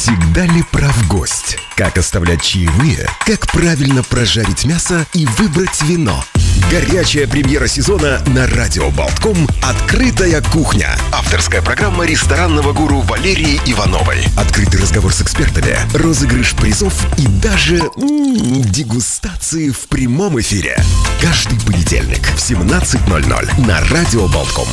Всегда ли прав гость? Как оставлять чаевые? Как правильно прожарить мясо и выбрать вино? Горячая премьера сезона на Радио Болтком «Открытая кухня». Авторская программа ресторанного гуру Валерии Ивановой. Открытый разговор с экспертами, розыгрыш призов и даже дегустации в прямом эфире. Каждый понедельник в 17:00 на Радио Болтком.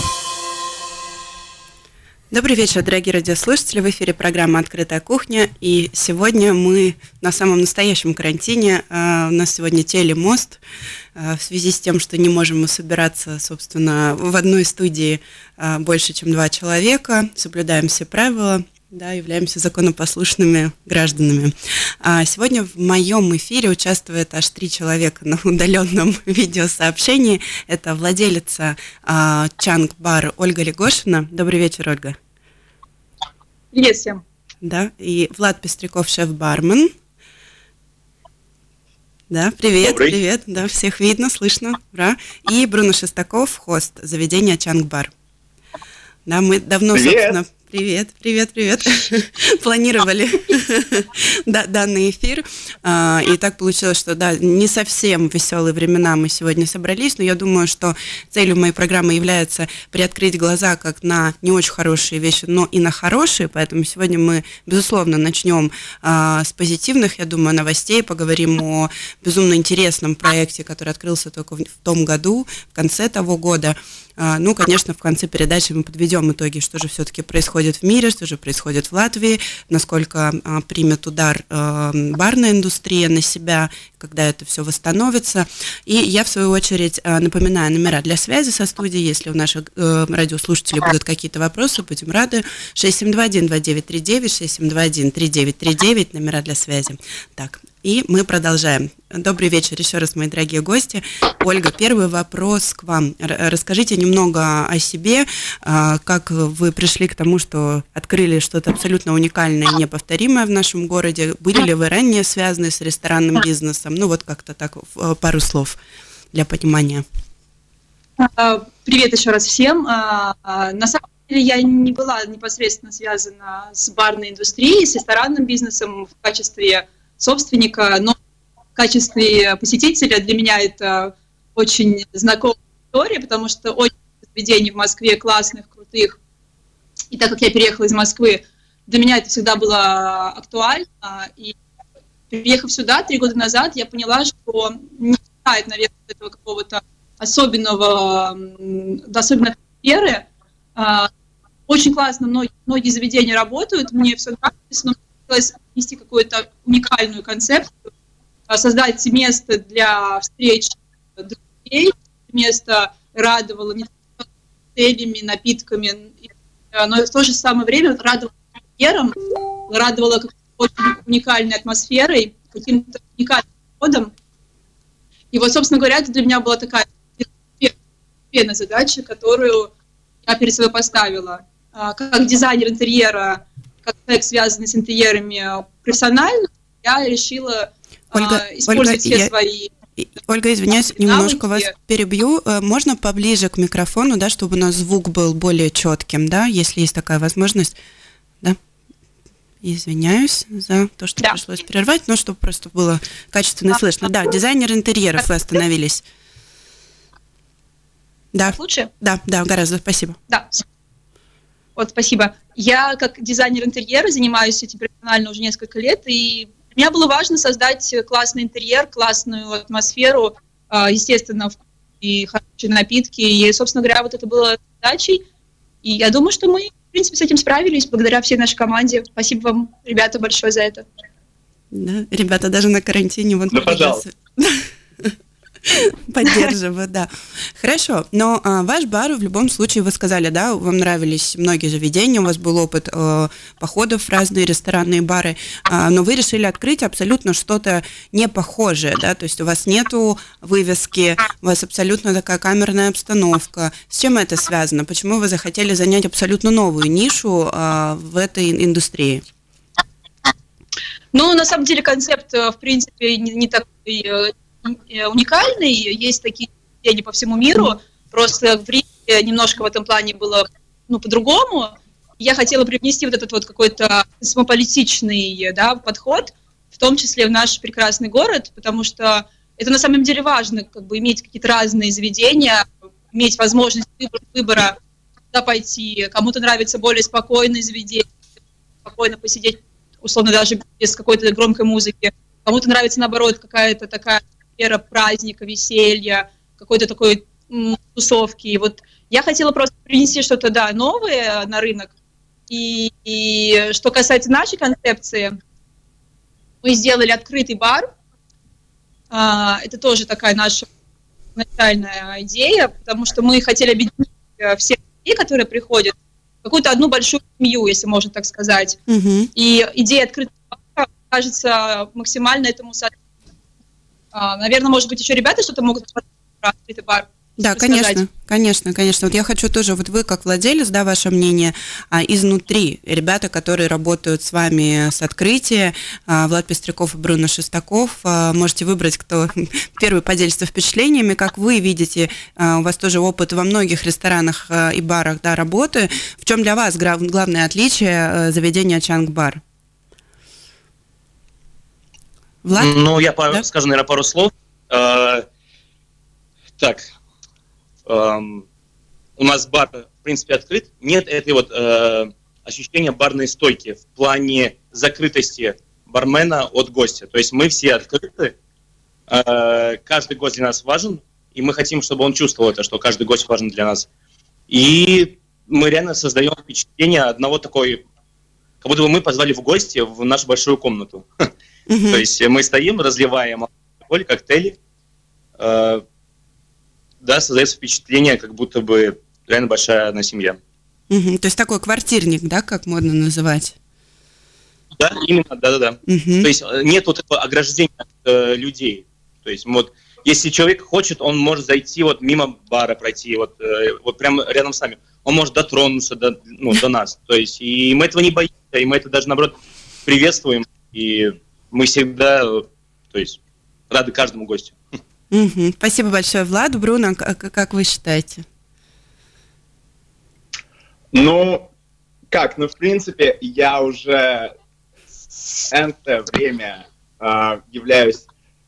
Добрый вечер, дорогие радиослушатели. В эфире программа «Открытая кухня». И сегодня мы на самом настоящем карантине. У нас сегодня телемост. В связи с тем, что не можем мы собираться, собственно, в одной студии больше, чем 2 человека. Соблюдаем все правила, да, являемся законопослушными гражданами. Сегодня в моем эфире участвует аж 3 человека на удаленном видеосообщении. Это владелица Чанг-бар Ольга Легошина. Добрый вечер, Ольга. Привет всем. Да, и Влад Пестряков, шеф-бармен. Да, привет, Добрый. Привет, да, всех видно, слышно, ура. И Бруно Шестаков, хост заведения Чанг-бар. Да, мы давно, Привет. собственно... Привет. Планировали данный эфир. И так получилось, что да, не совсем веселые времена мы сегодня собрались, но я думаю, что целью моей программы является приоткрыть глаза как на не очень хорошие вещи, но и на хорошие. Поэтому сегодня мы, безусловно, начнем с позитивных, я думаю, новостей, поговорим о безумно интересном проекте, который открылся только в том году, в конце того года. Ну, конечно, в конце передачи мы подведем итоги, что же все-таки происходит в мире, что же происходит в Латвии, насколько примет удар барная индустрия на себя, когда это все восстановится. И я, в свою очередь, напоминаю номера для связи со студией. Если у наших радиослушателей будут какие-то вопросы, будем рады. 6721-2939, 6721-3939, номера для связи. Так, и мы продолжаем. Добрый вечер еще раз, мои дорогие гости. Ольга, первый вопрос к вам. Расскажите немного о себе, как вы пришли к тому, что открыли что-то абсолютно уникальное и неповторимое в нашем городе. Были ли вы ранее связаны с ресторанным бизнесом? Ну вот как-то так, пару слов для понимания. Привет еще раз всем. На самом деле я не была непосредственно связана с барной индустрией, с ресторанным бизнесом в качестве собственника, но в качестве посетителя для меня это очень знакомая история, потому что очень много заведений в Москве классных, крутых. И так как я переехала из Москвы, для меня это всегда было актуально. И приехав сюда 3 года назад, я поняла, что не хватает, наверное, этого какого-то особенной атмосферы. Очень классно, многие заведения работают, мне все нравится, но мне хотелось внести какую-то уникальную концепцию, создать место для встреч друзей, место радовало не только коктейлями, напитками, но и в то же самое время радовало интерьером, радовало очень уникальной атмосферой, каким-то уникальным подходом. И вот, собственно говоря, это для меня была такая первая задача, которую я перед собой поставила. Как дизайнер интерьера, как человек, связанный с интерьерами профессионально, я решила использовать все свои... Ольга, извиняюсь, немножко вас перебью. Можно поближе к микрофону, да, чтобы у нас звук был более четким, да, если есть такая возможность, да? Извиняюсь за то, что пришлось прервать, но чтобы просто было качественно слышно. Да, дизайнер интерьеров, вы остановились. Да. Лучше? Да, гораздо, спасибо. Да. Вот, спасибо. Я как дизайнер интерьера занимаюсь этим профессионально уже несколько лет, и для меня было важно создать классный интерьер, классную атмосферу, естественно, и хорошие напитки. И, собственно говоря, вот это было задачей. И я думаю, что мы, в принципе, с этим справились благодаря всей нашей команде. Спасибо вам, ребята, большое за это. Да, ребята даже на карантине вон пожалуйста. Поддерживаю, да. Хорошо, но ваш бар в любом случае, вы сказали, да, вам нравились многие заведения, у вас был опыт походов в разные ресторанные бары, но вы решили открыть абсолютно что-то не похожее, да, то есть у вас нету вывески, у вас абсолютно такая камерная обстановка. С чем это связано? Почему вы захотели занять абсолютно новую нишу в этой индустрии? Ну, на самом деле концепт, в принципе, не такой уникальный, есть такие заведения по всему миру, просто в Риге немножко в этом плане было, по-другому, Я хотела привнести вот этот вот какой-то космополитичный, да, подход, в том числе в наш прекрасный город, потому что это на самом деле важно, как бы иметь какие-то разные заведения, иметь возможность выбора, куда пойти. Кому-то нравится более спокойное заведение, спокойно посидеть, условно, даже без какой-то громкой музыки. Кому-то нравится, наоборот, какая-то такая атмосфера праздника, веселья, какой-то такой тусовки. И вот я хотела просто принести что-то, да, новое на рынок. И что касается нашей концепции, мы сделали открытый бар. Это тоже такая наша начальная идея, потому что мы хотели объединить всех людей, которые приходят, какую-то одну большую семью, если можно так сказать. И идея открытого бара, кажется, максимально этому соответствует. Наверное, может быть, еще ребята что-то могут сказать про открытый бар. Да, конечно. Вот я хочу тоже, вот вы как владелец, да, ваше мнение, изнутри, ребята, которые работают с вами с открытия, Влад Пестряков и Бруно Шестаков, можете выбрать, кто первый поделится впечатлениями, как вы видите, у вас тоже опыт во многих ресторанах и барах, да, работы. В чем для вас главное отличие заведения Чанг-бар? Влад? Ну, я скажу, наверное, пару слов. Так. У нас бар, в принципе, открыт. Нет этой вот ощущения барной стойки в плане закрытости бармена от гостя. То есть мы все открыты, каждый гость для нас важен, и мы хотим, чтобы он чувствовал это, что каждый гость важен для нас. И мы реально создаем впечатление одного такой, как будто бы мы позвали в гости в нашу большую комнату. То есть мы стоим, разливаем алкоголь, коктейли, да, создается впечатление, как будто бы реально большая одна семья. То есть такой квартирник, да, как модно называть? Да, именно, да. То есть нет вот этого ограждения от людей. То есть вот, если человек хочет, он может зайти вот мимо бара, пройти, вот прямо рядом с нами. Он может дотронуться до нас. То есть и мы этого не боимся, и мы это даже, наоборот, приветствуем. И мы всегда, то есть, рады каждому гостю. Спасибо большое, Влад. Бруно, как вы считаете? В принципе, я уже энное время являюсь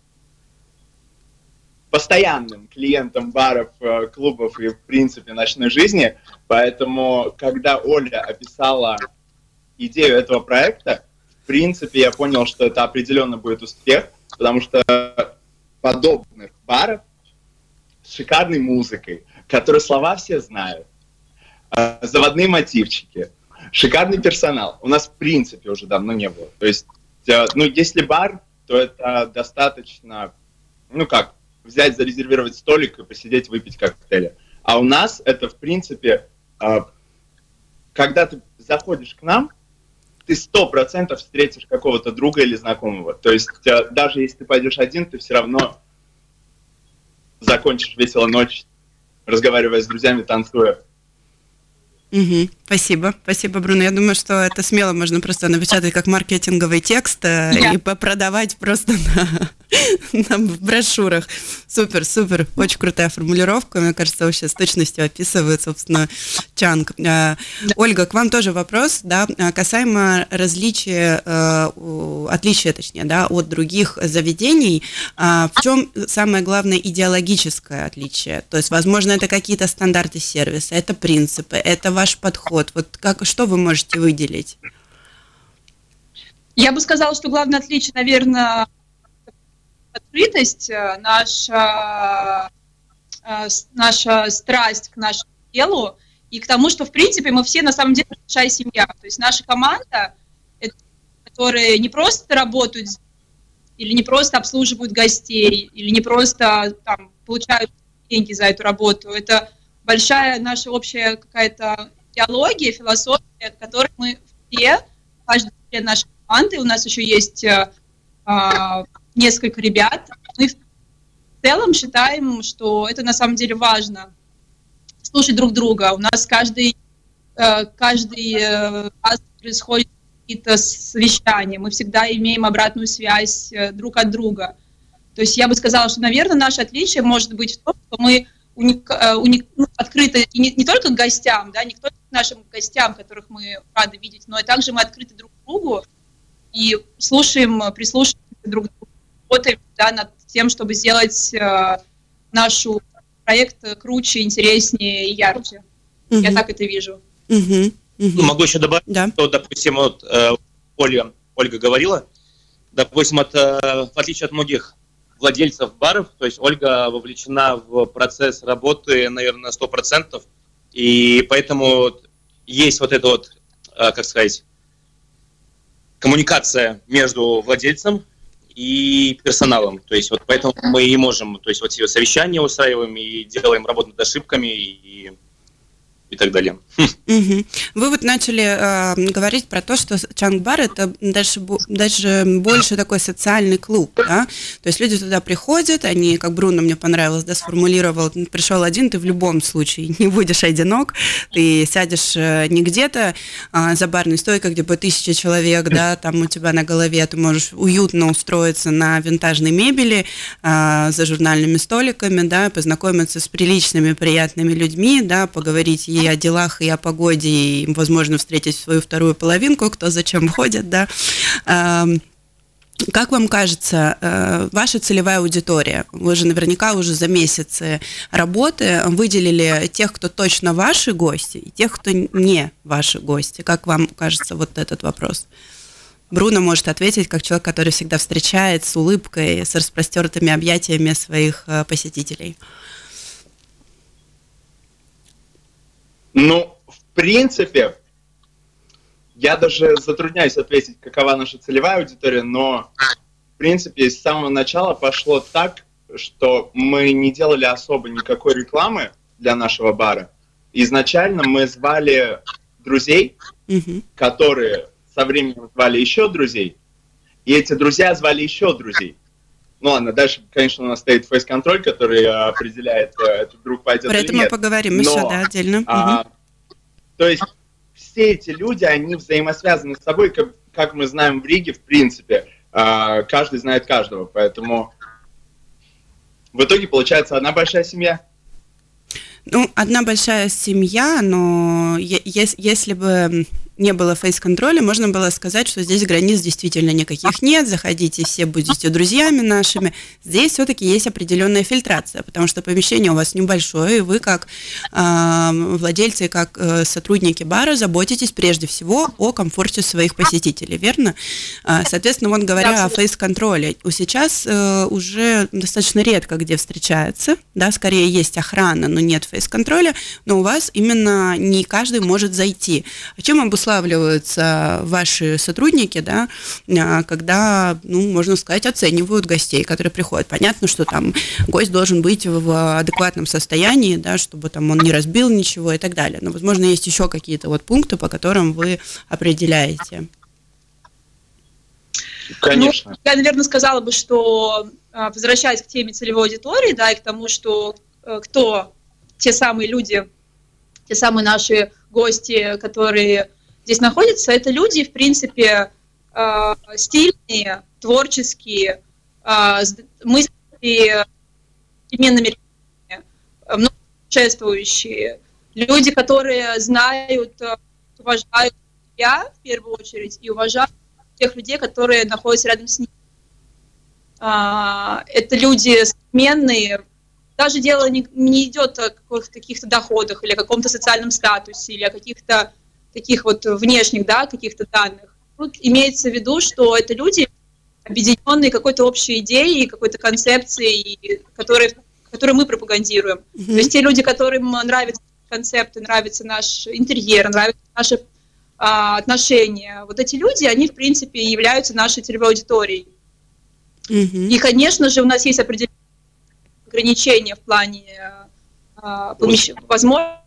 постоянным клиентом баров, клубов и, в принципе, ночной жизни. Поэтому, когда Оля описала идею этого проекта, в принципе, я понял, что это определенно будет успех, потому что подобных баров с шикарной музыкой, которые слова все знают, заводные мотивчики, шикарный персонал. У нас в принципе уже давно не было. То есть, если бар, то это достаточно, взять, зарезервировать столик и посидеть, выпить коктейли. А у нас это, в принципе, когда ты заходишь к нам, ты 100% встретишь какого-то друга или знакомого. То есть даже если ты пойдешь один, ты все равно закончишь весело ночь, разговаривая с друзьями, танцуя. Спасибо, Бруно. Я думаю, что это смело можно просто напечатать как маркетинговый текст и продавать просто на брошюрах. Супер, очень крутая формулировка, мне кажется, вообще с точностью описывает, собственно, Чанг. Ольга, к вам тоже вопрос, да, касаемо отличия, точнее, да, от других заведений. В чем самое главное идеологическое отличие? То есть, возможно, это какие-то стандарты сервиса, это принципы, это ваш подход. Вот что вы можете выделить? Я бы сказала, что главное отличие, наверное, открытость, наша страсть к нашему делу и к тому, что, в принципе, мы все на самом деле большая семья. То есть наша команда, которые не просто работают или не просто обслуживают гостей, или не просто получают деньги за эту работу. Это большая наша общая какая-то идеология, философия, от которой мы все, каждый член нашей команды, у нас еще есть несколько ребят, мы в целом считаем, что это на самом деле важно, слушать друг друга. У нас каждый раз происходит какие-то совещания, мы всегда имеем обратную связь друг от друга. То есть я бы сказала, что, наверное, наше отличие может быть в том, что мы открыты не только к гостям, да, не только к нашим гостям, которых мы рады видеть, но и также мы открыты друг к другу и слушаем, прислушиваемся друг к другу, работаем, да, над тем, чтобы сделать наш проект круче, интереснее и ярче. Я так это вижу. Могу еще добавить, что, допустим, вот Ольга говорила, допустим, в отличие от многих владельцев баров, то есть Ольга вовлечена в процесс работы, наверное, 100%, и поэтому есть вот эта вот, как сказать, коммуникация между владельцем и персоналом. То есть вот поэтому мы и можем, то есть вот совещания устраиваем и делаем работу над ошибками и так далее. Вы вот начали говорить про то, что Чанг-бар это даже больше такой социальный клуб, да? То есть люди туда приходят, они, как Бруно мне понравилось, да, сформулировал, пришел один, ты в любом случае не будешь одинок, ты сядешь не где-то за барной стойкой, где будет 1000 человек, да, там у тебя на голове, ты можешь уютно устроиться на винтажной мебели, за журнальными столиками, да, познакомиться с приличными, приятными людьми, да, поговорить и о делах, и о погоде, и, возможно, встретить свою вторую половинку, кто зачем ходит, да. Как вам кажется, ваша целевая аудитория? Вы же наверняка уже за месяцы работы выделили тех, кто точно ваши гости, и тех, кто не ваши гости. Как вам кажется вот этот вопрос? Бруно может ответить, как человек, который всегда встречает с улыбкой, с распростертыми объятиями своих посетителей. Ну, в принципе, я даже затрудняюсь ответить, какова наша целевая аудитория, но, в принципе, с самого начала пошло так, что мы не делали особо никакой рекламы для нашего бара. Изначально мы звали друзей, которые со временем звали еще друзей, и эти друзья звали еще друзей. Ну ладно, дальше, конечно, у нас стоит фейс-контроль, который определяет, этот друг пойдет про или это нет. Мы поговорим еще, да, отдельно. То есть все эти люди, они взаимосвязаны с собой, как мы знаем в Риге, в принципе, каждый знает каждого, поэтому в итоге получается одна большая семья. Ну, одна большая семья, но если бы не было фейс-контроля, можно было сказать, что здесь границ действительно никаких нет, заходите, все будете друзьями нашими. Здесь все-таки есть определенная фильтрация, потому что помещение у вас небольшое, и вы как владельцы, как сотрудники бара заботитесь прежде всего о комфорте своих посетителей, верно? Соответственно, вот говоря о фейс-контроле, сейчас уже достаточно редко где встречается, да, скорее есть охрана, но нет фейс-контроля, но у вас именно не каждый может зайти. О чем обуславливаются ваши сотрудники, да, когда, ну, можно сказать, оценивают гостей, которые приходят? Понятно, что там гость должен быть в адекватном состоянии, да, чтобы там он не разбил ничего и так далее. Но, возможно, есть еще какие-то вот пункты, по которым вы определяете. Конечно. Ну, я, наверное, сказала бы, что, возвращаясь к теме целевой аудитории, да, и к тому, что кто те самые люди, те самые наши гости, которые здесь находятся, это люди, в принципе, стильные, творческие, мысли современными, много путешествующие, люди, которые знают, уважают себя в первую очередь и уважают тех людей, которые находятся рядом с ними. Это люди современные. Даже дело не идет о каких-то доходах или о каком-то социальном статусе, или о каких-то таких вот внешних, да, каких-то данных. Тут имеется в виду, что это люди, объединенные какой-то общей идеей, какой-то концепцией, которые мы пропагандируем. То есть те люди, которым нравятся концепты, нравится наш интерьер, нравятся наши отношения, вот эти люди, они, в принципе, являются нашей целевой аудиторией. И, конечно же, у нас есть определенные ограничения в плане возможностей.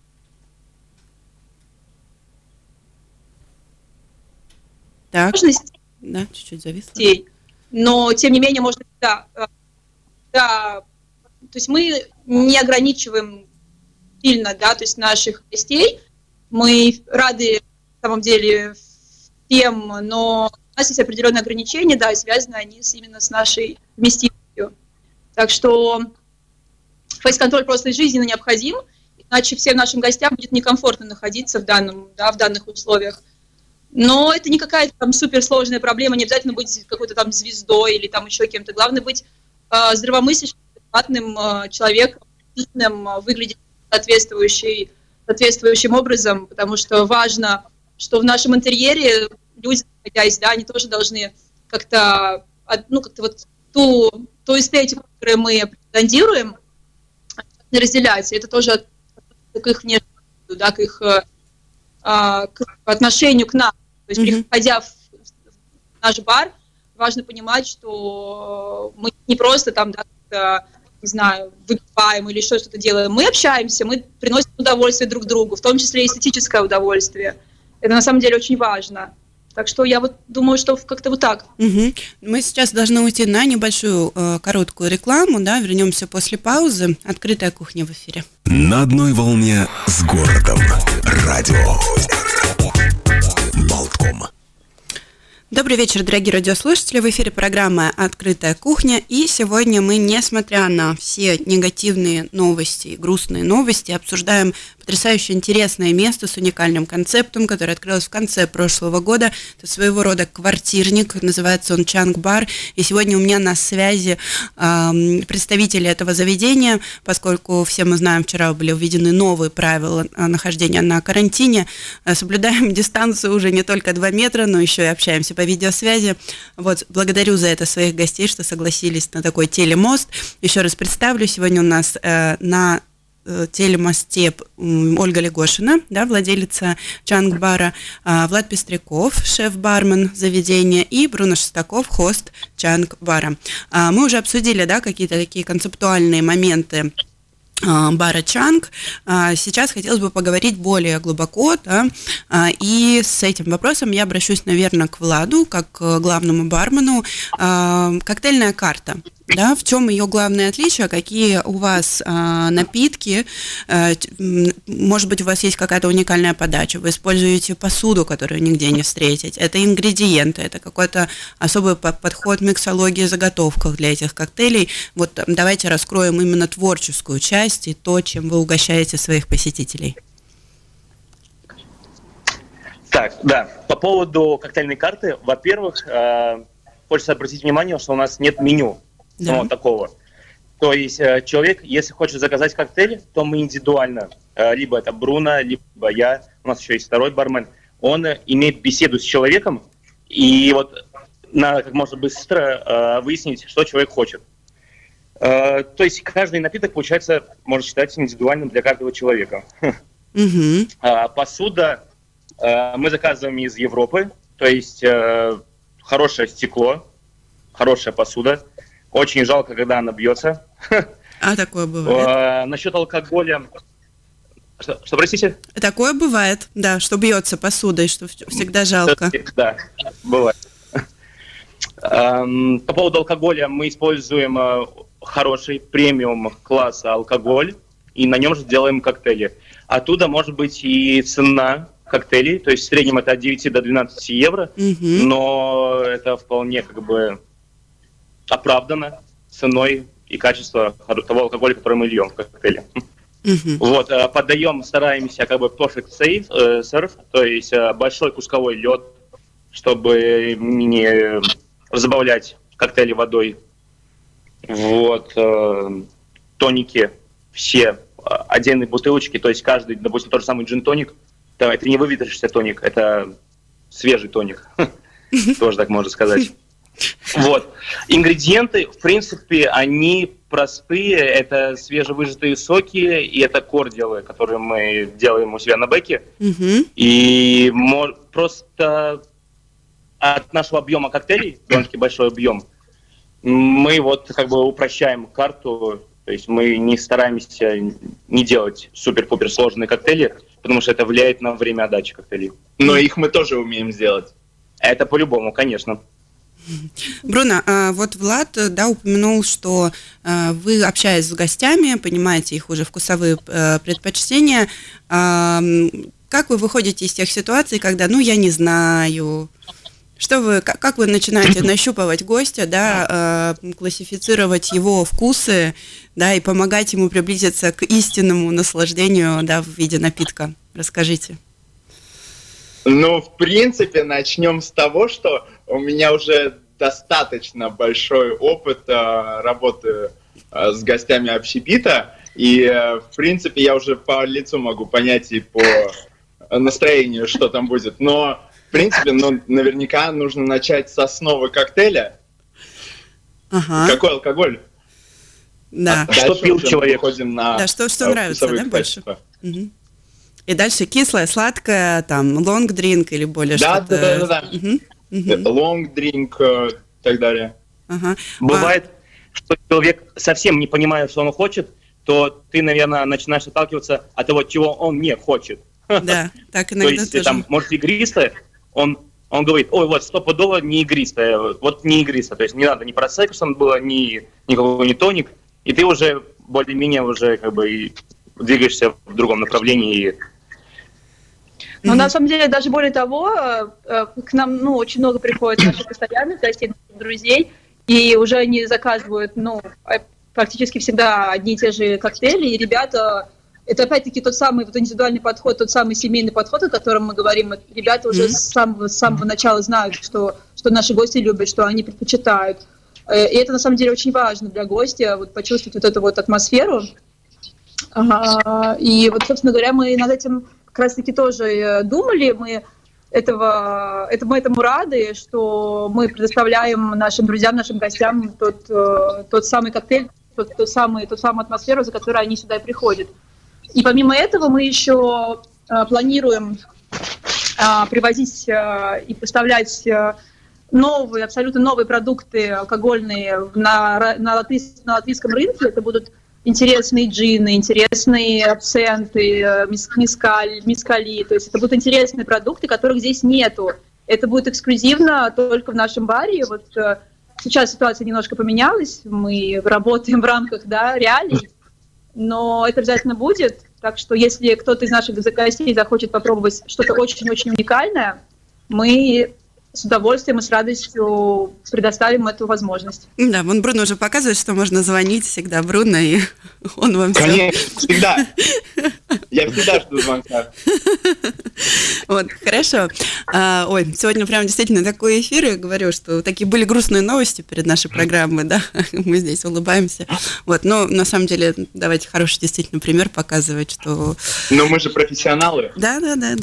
Так, да, чуть-чуть зависло. Но, тем не менее, можно, да, то есть мы не ограничиваем сильно, да, то есть наших гостей, мы рады, на самом деле, всем, но у нас есть определенные ограничения, да, и связаны они именно с нашей вместимостью. Так что фейс-контроль просто жизненно необходим, иначе всем нашим гостям будет некомфортно находиться в данных условиях. Но это не какая-то там суперсложная проблема, не обязательно быть какой-то там звездой или там еще кем-то. Главное быть здравомыслящим, адекватным человеком, выглядеть соответствующим образом, потому что важно, что в нашем интерьере люди, находясь, они тоже должны как-то вот ту эстетику, которую мы пропагандируем, разделять. Это тоже к их внешнему, к отношению к нам. То есть, приходя в наш бар, важно понимать, что мы не просто там, не знаю, выпиваем или еще что-то делаем. Мы общаемся, мы приносим удовольствие друг другу, в том числе и эстетическое удовольствие. Это на самом деле очень важно. Так что я вот думаю, что как-то вот так. Мы сейчас должны уйти на небольшую короткую рекламу, вернемся после паузы. Открытая кухня в эфире. На одной волне с городом. Радио Болтком. Добрый вечер, дорогие радиослушатели. В эфире программа «Открытая кухня». И сегодня мы, несмотря на все негативные новости, грустные новости, обсуждаем потрясающе интересное место с уникальным концептом, которое открылось в конце прошлого года. Это своего рода квартирник, называется он Чанг Бар. И сегодня у меня на связи представители этого заведения, поскольку все мы знаем, вчера были введены новые правила нахождения на карантине. Соблюдаем дистанцию уже не только 2 метра, но еще и общаемся по видеосвязи. Вот, благодарю за это своих гостей, что согласились на такой телемост. Еще раз представлю, сегодня у нас на телемосте Ольга Легошина, владелица Чанг-бара, Влад Пестряков, шеф-бармен заведения, и Бруно Шестаков, хост Чанг-бара. Мы уже обсудили, какие-то такие концептуальные моменты бара Чанг. Сейчас хотелось бы поговорить более глубоко, и с этим вопросом я обращусь, наверное, к Владу, как к главному бармену. Коктейльная карта. В чем ее главное отличие? Какие у вас напитки? Может быть, у вас есть какая-то уникальная подача? Вы используете посуду, которую нигде не встретить? Это ингредиенты, это какой-то особый подход миксологии, заготовках для этих коктейлей. Вот давайте раскроем именно творческую часть и то, чем вы угощаете своих посетителей. Так, по поводу коктейльной карты, во-первых, хочется обратить внимание, что у нас нет меню. Такого. То есть человек, если хочет заказать коктейль, то мы индивидуально, либо это Бруно, либо я, у нас еще есть второй бармен, он имеет беседу с человеком, и вот надо как можно быстро выяснить, что человек хочет. То есть каждый напиток, получается, можно считать индивидуальным для каждого человека. Посуда мы заказываем из Европы, то есть хорошее стекло, хорошая посуда. Очень жалко, когда она бьется. Такое бывает. Насчет алкоголя... Что, простите? Такое бывает, что бьется посудой, что всегда жалко. Да, бывает. По поводу алкоголя мы используем хороший премиум класса алкоголь, и на нем же делаем коктейли. Оттуда может быть и цена коктейлей, то есть в среднем это от 9 до 12 евро, но это вполне оправдано ценой и качеством того алкоголя, который мы льем в коктейле. Вот, подаем, стараемся perfect serve, то есть большой кусковой лед, чтобы не разбавлять коктейли водой. Вот, тоники все отдельные бутылочки, то есть каждый, допустим, тот же самый джин-тоник, это не выветрившийся тоник, это свежий тоник, тоже так можно сказать. Вот. Ингредиенты, в принципе, они простые. Это свежевыжатые соки и это кордиалы, которые мы делаем у себя на бэке. И просто от нашего объема коктейлей, довольно-таки большой объем, мы упрощаем карту. То есть мы не стараемся не делать супер-пупер сложные коктейли, потому что это влияет на время отдачи коктейлей. Но их мы тоже умеем сделать. Это по-любому, конечно. Бруно, вот Влад, упомянул, что вы, общаясь с гостями, понимаете их уже вкусовые предпочтения. Как вы выходите из тех ситуаций, когда, я не знаю, Как вы начинаете нащупывать гостя, да, классифицировать его вкусы, да, и помогать ему приблизиться к истинному наслаждению, да, в виде напитка? Расскажите. Ну, в принципе, начнем с того, что у меня уже достаточно большой опыт работы с гостями общепита, и, в принципе, я уже по лицу могу понять и по настроению, что там будет, но... В принципе, наверняка нужно начать с основы коктейля. Ага. Какой алкоголь? Да. Что пил человек? Да, что нравится, да, больше? Угу. И дальше кислое, сладкое, там, лонг-дринк или более что-то. Да. Лонг-дринк и так далее. Ага. Бывает, что человек совсем не понимает, что он хочет, то ты, наверное, начинаешь отталкиваться от того, чего он не хочет. Да, так иногда то есть, тоже. Там, может, игристое, он говорит, ой, вот, стопудово не игристое, вот не игристое, то есть не надо ни просекко, чтобы было, никакой не тоник, и ты уже более-менее уже как бы и двигаешься в другом направлении. Но на самом деле, даже более того, к нам очень много приходит наших постоянных гостей, наших друзей, и уже они заказывают практически всегда одни и те же коктейли, и ребята... Это опять-таки тот самый индивидуальный подход, тот самый семейный подход, о котором мы говорим. Ребята уже с самого начала знают, что наши гости любят, что они предпочитают. И это на самом деле очень важно для гостя, почувствовать вот эту атмосферу. И собственно говоря, мы над этим как раз-таки тоже думали. Мы этому рады, что мы предоставляем нашим друзьям, нашим гостям тот самый коктейль, ту самую атмосферу, за которой они сюда и приходят. И помимо этого мы еще планируем привозить и поставлять абсолютно новые продукты алкогольные на латвийском рынке. Это будут интересные джины, интересные абсенты, мискали. То есть это будут интересные продукты, которых здесь нету. Это будет эксклюзивно только в нашем баре. Сейчас ситуация немножко поменялась. Мы работаем в рамках реалий. Но это обязательно будет, так что если кто-то из наших гостей захочет попробовать что-то очень-очень уникальное, мы с удовольствием и с радостью предоставим эту возможность. Да, Бруно уже показывает, что можно звонить всегда Бруно, и он вам все... Конечно, всегда. Я всегда жду звонка. Хорошо. Сегодня прям действительно такой эфир, я говорю, что такие были грустные новости перед нашей программой, да, мы здесь улыбаемся. Но на самом деле давайте хороший действительно пример показывать, что... Но мы же профессионалы. Да.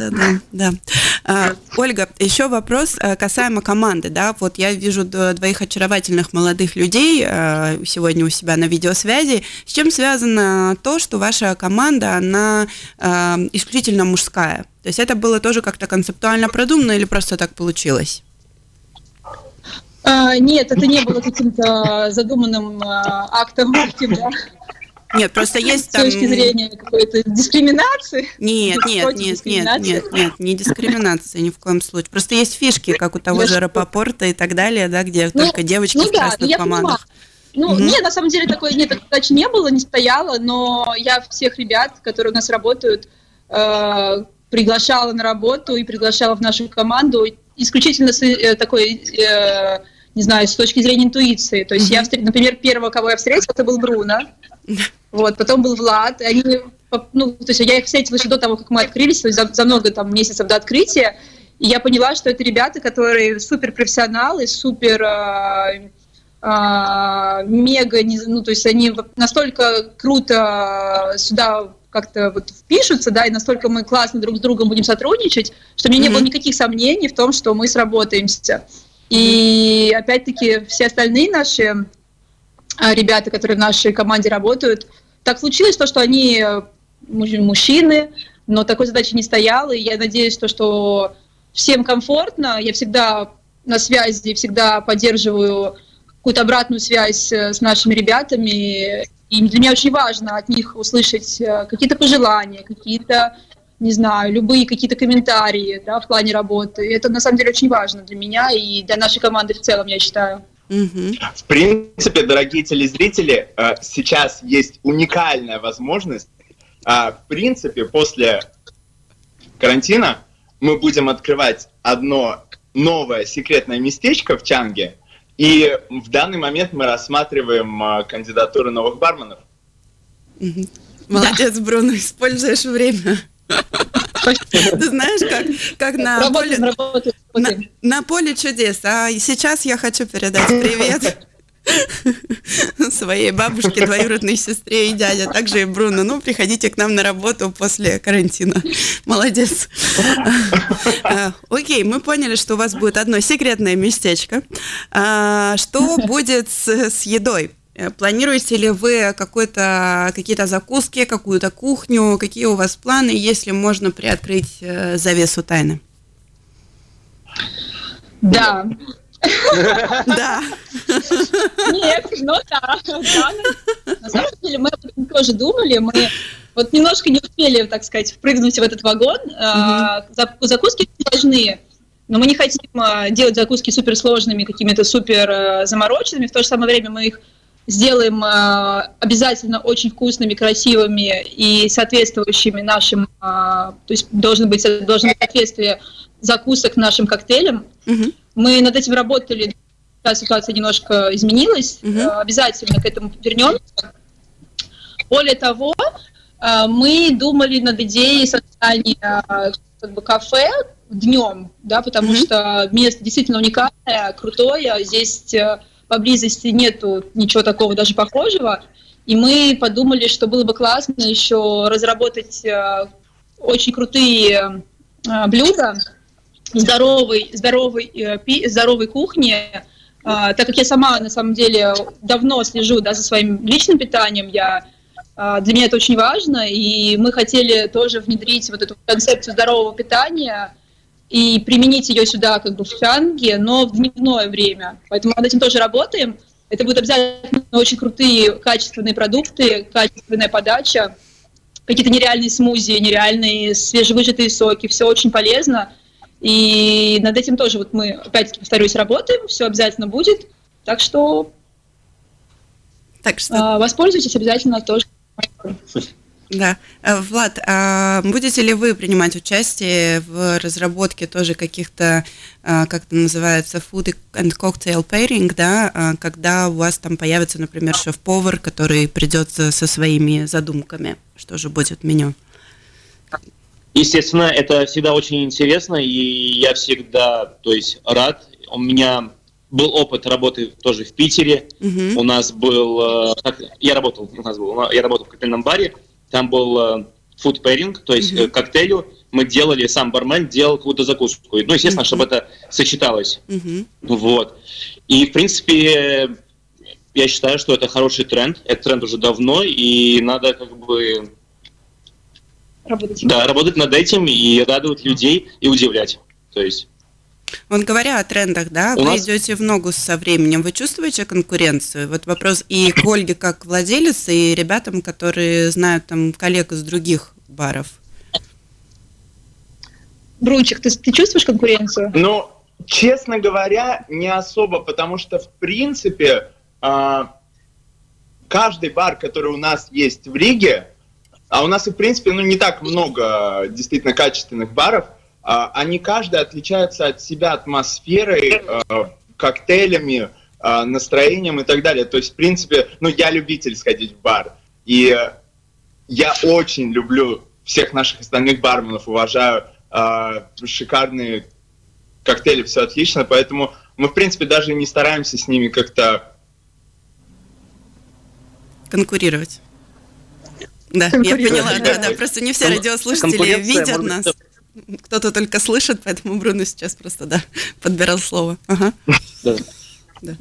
Ольга, еще вопрос касаемо команды, да, я вижу двоих очаровательных молодых людей сегодня у себя на видеосвязи. С чем связано то, что ваша команда, она исключительно мужская? То есть это было тоже как-то концептуально продумано или просто так получилось? Нет, это не было каким-то задуманным актом. Нет, просто есть там... С точки зрения какой-то дискриминации? Нет, не дискриминация ни в коем случае. Просто есть фишки, как у того же Рапопорта и так далее, да, где только девочки в красных командах. Нет, на самом деле такой задачи не было, не стояло, но я всех ребят, которые у нас работают, приглашала на работу и приглашала в нашу команду исключительно с такой... не знаю, с точки зрения интуиции. То есть например, первого, кого я встретила, это был Бруно. Потом был Влад. То есть я их встретила еще до того, как мы открылись, то есть за много месяцев до открытия. И я поняла, что это ребята, которые суперпрофессионалы, супер мега, то есть они настолько круто сюда как-то впишутся, да, и настолько мы классно друг с другом будем сотрудничать, что у меня не было никаких сомнений в том, что мы сработаемся. И опять-таки все остальные наши ребята, которые в нашей команде работают, так случилось, что они мужчины, но такой задачи не стояло, и я надеюсь, что всем комфортно, я всегда на связи, всегда поддерживаю какую-то обратную связь с нашими ребятами, и для меня очень важно от них услышать какие-то пожелания, какие-то, не знаю, любые какие-то комментарии, да, в плане работы. Это на самом деле очень важно для меня и для нашей команды в целом, я считаю. В принципе, дорогие телезрители, сейчас есть уникальная возможность. В принципе, после карантина мы будем открывать одно новое секретное местечко в Чанге, и в данный момент мы рассматриваем кандидатуры новых барменов. Молодец, Бруно, используешь время. Ты знаешь, как на поле чудес. А сейчас я хочу передать привет своей бабушке, двоюродной сестре и дяде, а также и Бруно. Ну, приходите к нам на работу после карантина. Молодец. Окей, мы поняли, что у вас будет одно секретное местечко. Что будет с едой? Планируете ли вы какие-то закуски, какую-то кухню? Какие у вас планы, если можно приоткрыть завесу тайны? Да. Да. Нет, да. На самом деле мы об этом тоже думали, мы вот немножко не успели, так сказать, впрыгнуть в этот вагон. Закуски важны, но мы не хотим делать закуски суперсложными, какими-то супер замороченными. В то же самое время мы их сделаем обязательно очень вкусными, красивыми и соответствующими нашим, то есть должно быть соответствие закусок нашим коктейлям. Мы над этим работали, сейчас ситуация немножко изменилась, обязательно к этому вернемся. Более того, мы думали над идеей создания кафе днем, да, потому что место действительно уникальное, крутое, здесь поблизости нету ничего такого даже похожего, и мы подумали, что было бы классно еще разработать очень крутые блюда, здоровой кухни, так как я сама, на самом деле, давно слежу, да, за своим личным питанием, для меня это очень важно, и мы хотели тоже внедрить вот эту концепцию здорового питания и применить ее сюда как бы в Чанге, но в дневное время. Поэтому над этим тоже работаем. Это будут обязательно очень крутые, качественные продукты, качественная подача, какие-то нереальные смузи, нереальные свежевыжатые соки, все очень полезно. И над этим тоже вот мы, опять-таки, повторюсь, работаем, все обязательно будет. Так что воспользуйтесь обязательно тоже. Да. Влад, будете ли вы принимать участие в разработке тоже каких-то, как это называется, food and cocktail pairing, да, когда у вас там появится, например, шеф-повар, который придет со своими задумками, что же будет в меню? Естественно, это всегда очень интересно, и я всегда, то есть, рад. У меня был опыт работы тоже в Питере. У нас был, я работал в коктейльном баре, там был food pairing, то есть коктейлю мы делали, сам бармен делал какую-то закуску. Ну, естественно, чтобы это сочеталось. Вот. И, в принципе, я считаю, что это хороший тренд. Этот тренд уже давно, и надо как бы работать над этим и радовать людей и удивлять. То есть. Вот говоря о трендах, да, вы идете в ногу со временем, вы чувствуете конкуренцию? Вот вопрос и к Ольге как владелец, и ребятам, которые знают там коллег из других баров. Брунчик, ты чувствуешь конкуренцию? Ну, честно говоря, не особо, потому что, в принципе, каждый бар, который у нас есть в Риге, а у нас, в принципе, не так много действительно качественных баров, они каждый отличаются от себя атмосферой, коктейлями, настроением и так далее. То есть, в принципе, я любитель сходить в бар. И я очень люблю всех наших остальных барменов, уважаю, шикарные коктейли, все отлично. Поэтому мы, в принципе, даже не стараемся с ними как-то конкурировать. Да, я поняла, да, просто не все радиослушатели видят нас. Кто-то только слышит, поэтому Бруно сейчас просто, подбирал слово. Ага. Да.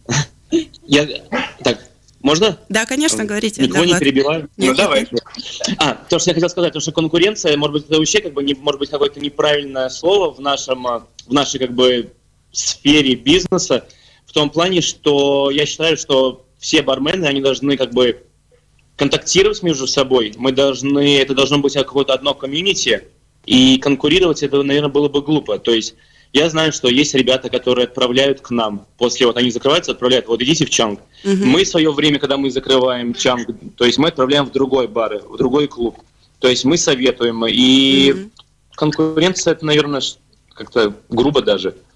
Так, можно? Да, конечно, говорите. Никого не перебиваю? Давай. То, что я хотел сказать, что конкуренция, может быть, это вообще может быть какое-то неправильное слово в нашей как бы сфере бизнеса, в том плане, что я считаю, что все бармены, они должны как бы контактировать между собой. Это должно быть какое-то одно комьюнити, и конкурировать это, наверное, было бы глупо. То есть я знаю, что есть ребята, которые отправляют к нам. После они закрываются, отправляют, идите в Чанг. Мы в свое время, когда мы закрываем Чанг, то есть мы отправляем в другой бар, в другой клуб. То есть мы советуем. И конкуренция, это, наверное, как-то грубо даже.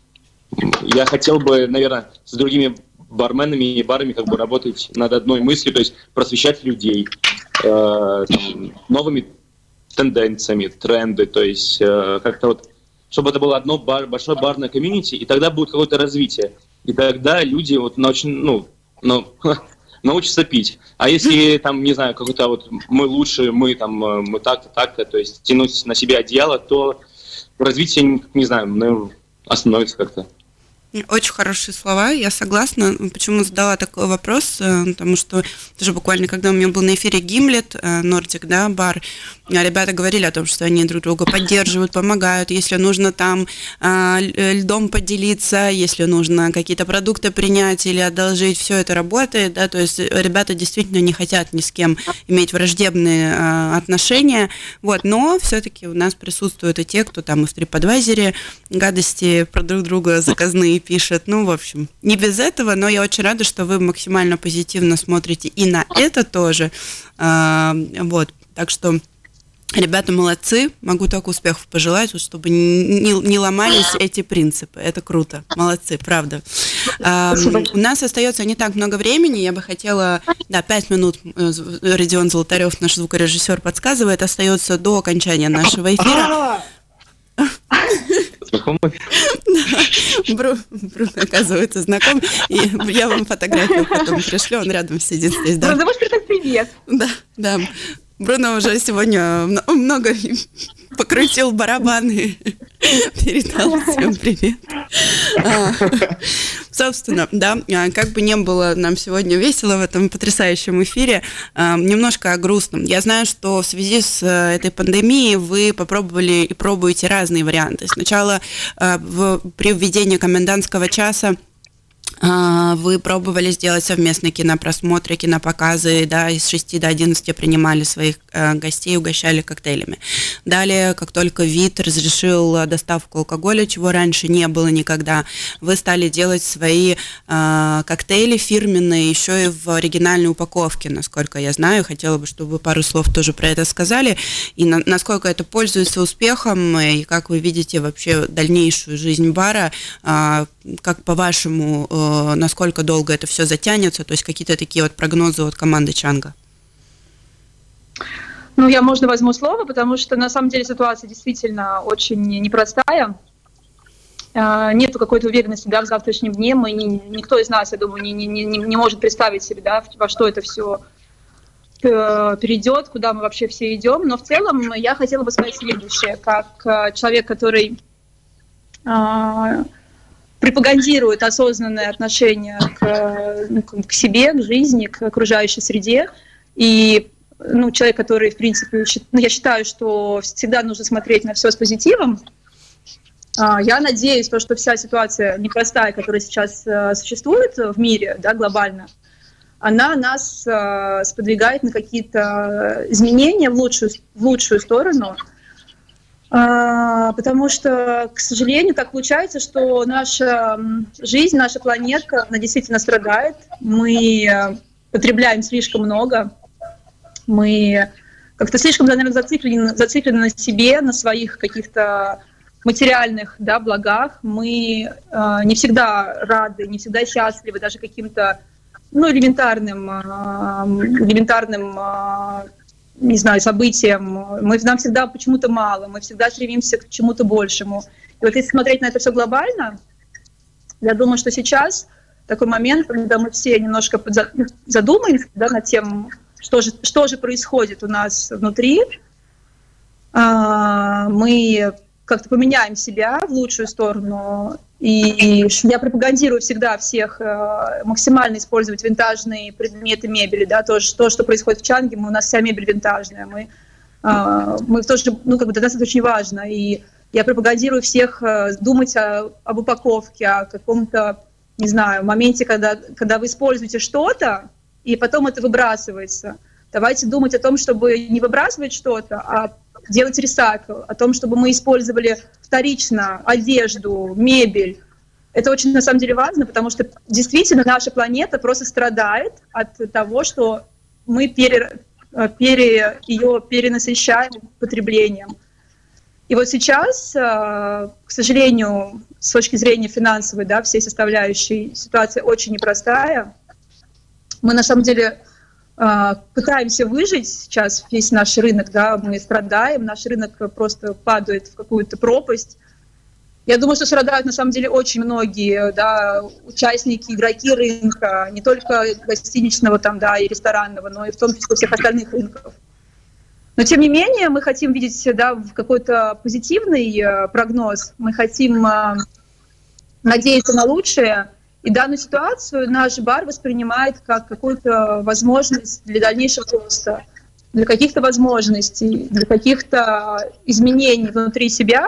я хотел бы, наверное, с другими барменами и барами как бы работать над одной мыслью, то есть просвещать людей новыми тенденциями, тренды, то есть как-то вот, чтобы это было одно большое барное комьюнити, и тогда будет какое-то развитие, и тогда люди вот научатся пить. А если там, не знаю, какой-то вот мы лучше, мы так-то, так-то, то есть тянуть на себя одеяло, то развитие, не знаю, остановится как-то. Очень хорошие слова, я согласна. Почему задала такой вопрос? Потому что тоже буквально, когда у меня был на эфире Гимлет, Нордик, да, бар, ребята говорили о том, что они друг друга поддерживают, помогают, если нужно там льдом поделиться, если нужно какие-то продукты принять или одолжить, все это работает, да, то есть ребята действительно не хотят ни с кем иметь враждебные отношения, вот, но все-таки у нас присутствуют и те, кто там и в TripAdvisor гадости про друг друга заказные пишет. Ну, в общем, не без этого, но я очень рада, что вы максимально позитивно смотрите и на это тоже. Вот, так что ребята молодцы, могу только успехов пожелать, чтобы не ломались эти принципы. Это круто, молодцы, правда. У нас остается не так много времени, я бы хотела, 5 минут, Родион Золотарев, наш звукорежиссер, подсказывает, остается до окончания нашего эфира. Знакомый? Бруно, оказывается, знаком. И я вам фотографию потом пришлю, он рядом сидит здесь. Да. Можешь передать привет. Да. Бруно уже сегодня много покрутил барабаны, передал всем привет. Собственно, да, как бы не было нам сегодня весело в этом потрясающем эфире, немножко о грустном. Я знаю, что в связи с этой пандемией вы попробовали и пробуете разные варианты. Сначала при введении комендантского часа вы пробовали сделать совместные кинопросмотры, кинопоказы, да, из 6 до 11 принимали своих гостей, угощали коктейлями. Далее, как только ВИД разрешил доставку алкоголя, чего раньше не было никогда, вы стали делать свои коктейли фирменные, еще и в оригинальной упаковке, насколько я знаю. Хотела бы, чтобы вы пару слов тоже про это сказали, и насколько это пользуется успехом, и как вы видите вообще дальнейшую жизнь бара, как по-вашему, насколько долго это все затянется, то есть какие-то такие вот прогнозы от команды Чанга? Ну, я, можно, возьму слово, потому что, на самом деле, ситуация действительно очень непростая. Нету какой-то уверенности, да, в завтрашнем дне. Никто из нас, я думаю, не может представить себе, да, во что это все перейдет, куда мы вообще все идем. Но в целом я хотела бы сказать следующее. Как человек, который пропагандирует осознанное отношение к себе, к жизни, к окружающей среде. И человек, который, в принципе, я считаю, что всегда нужно смотреть на все с позитивом. Я надеюсь, что вся ситуация непростая, которая сейчас существует в мире, да, глобально, она нас сподвигает на какие-то изменения в лучшую сторону. Потому что, к сожалению, так получается, что наша жизнь, наша планета, она действительно страдает. Мы потребляем слишком много. Мы как-то слишком, наверное, зациклены на себе, на своих каких-то материальных, да, благах. Мы не всегда рады, не всегда счастливы даже каким-то элементарным не знаю, событиям. Нам всегда почему-то мало, мы всегда стремимся к чему-то большему. И вот если смотреть на это все глобально, я думаю, что сейчас такой момент, когда мы все немножко задумаемся, да, над тем, что же происходит у нас внутри, мы как-то поменяем себя в лучшую сторону. И я пропагандирую всегда всех максимально использовать винтажные предметы мебели, да, то, что происходит в Чанге, у нас вся мебель винтажная, мы тоже, для нас это очень важно, и я пропагандирую всех думать об упаковке, о каком-то, не знаю, моменте, когда вы используете что-то, и потом это выбрасывается. Давайте думать о том, чтобы не выбрасывать что-то, а делать ресайкл, о том, чтобы мы использовали вторично одежду, мебель. Это очень, на самом деле, важно, потому что действительно наша планета просто страдает от того, что мы ее перенасыщаем потреблением. И вот сейчас, к сожалению, с точки зрения финансовой, да, всей составляющей, ситуация очень непростая. Мы на самом деле пытаемся выжить сейчас, весь наш рынок, да, мы страдаем, наш рынок просто падает в какую-то пропасть. Я думаю, что страдают на самом деле очень многие, да, участники, игроки рынка, не только гостиничного там, да, и ресторанного, но и в том числе всех остальных рынков. Но тем не менее мы хотим видеть, да, какой-то позитивный прогноз, мы хотим надеяться на лучшее. И данную ситуацию наш бар воспринимает как какую-то возможность для дальнейшего роста, для каких-то возможностей, для каких-то изменений внутри себя,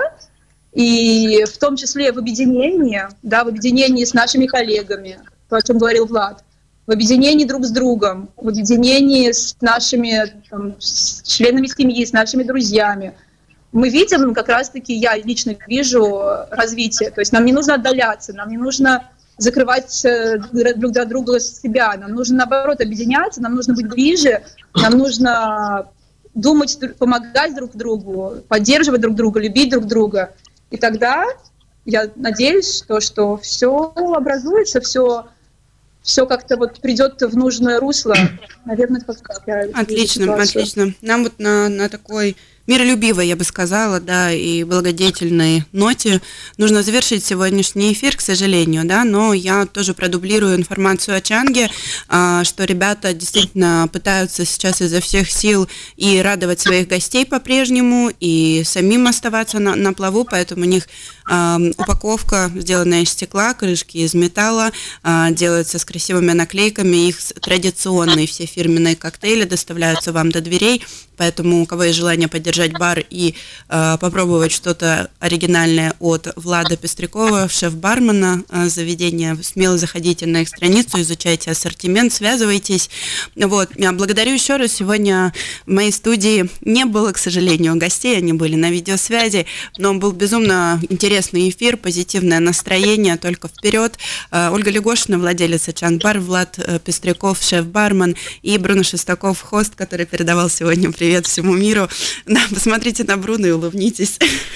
и в том числе в объединении с нашими коллегами, то, о чем говорил Влад, в объединении друг с другом, в объединении с нашими с членами семьи, с нашими друзьями. Мы видим, как раз-таки я лично вижу развитие, то есть нам не нужно отдаляться, нам не нужно закрывать друг для друга себя. Нам нужно, наоборот, объединяться, нам нужно быть ближе, нам нужно думать, помогать друг другу, поддерживать друг друга, любить друг друга. И тогда я надеюсь, что все образуется, все как-то вот придет в нужное русло. Наверное, как я Отлично. Нам вот на такой миролюбивой, я бы сказала, да, и благодетельной ноте нужно завершить сегодняшний эфир, к сожалению, да, но я тоже продублирую информацию о Чанге, что ребята действительно пытаются сейчас изо всех сил и радовать своих гостей по-прежнему, и самим оставаться на плаву, поэтому у них упаковка, сделанная из стекла, крышки из металла, делается с красивыми наклейками, их традиционные все фирменные коктейли доставляются вам до дверей, поэтому у кого есть желание поддержать бар и попробовать что-то оригинальное от Влада Пестрякова, шеф-бармена заведения, смело заходите на их страницу, изучайте ассортимент, связывайтесь. Вот. Я благодарю еще раз. Сегодня в моей студии не было, к сожалению, гостей, они были на видеосвязи, но был безумно интересный эфир, позитивное настроение, только вперед. Ольга Легошина, владелица Чанг-бар, Влад Пестряков, шеф-бармен, и Бруно Шестаков, хост, который передавал сегодня привет всему миру. Да, посмотрите на Бруно и улыбнитесь.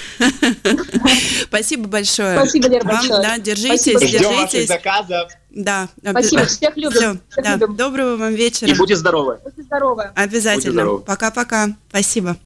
Спасибо большое. Спасибо, Лера, большое. Да, держитесь, Спасибо. Ждем ваших держитесь. заказов. Да. Спасибо, всех любим. Да. Доброго вам вечера. И будьте здоровы. Будьте здоровы. Обязательно. Будьте здоровы. Пока-пока. Спасибо.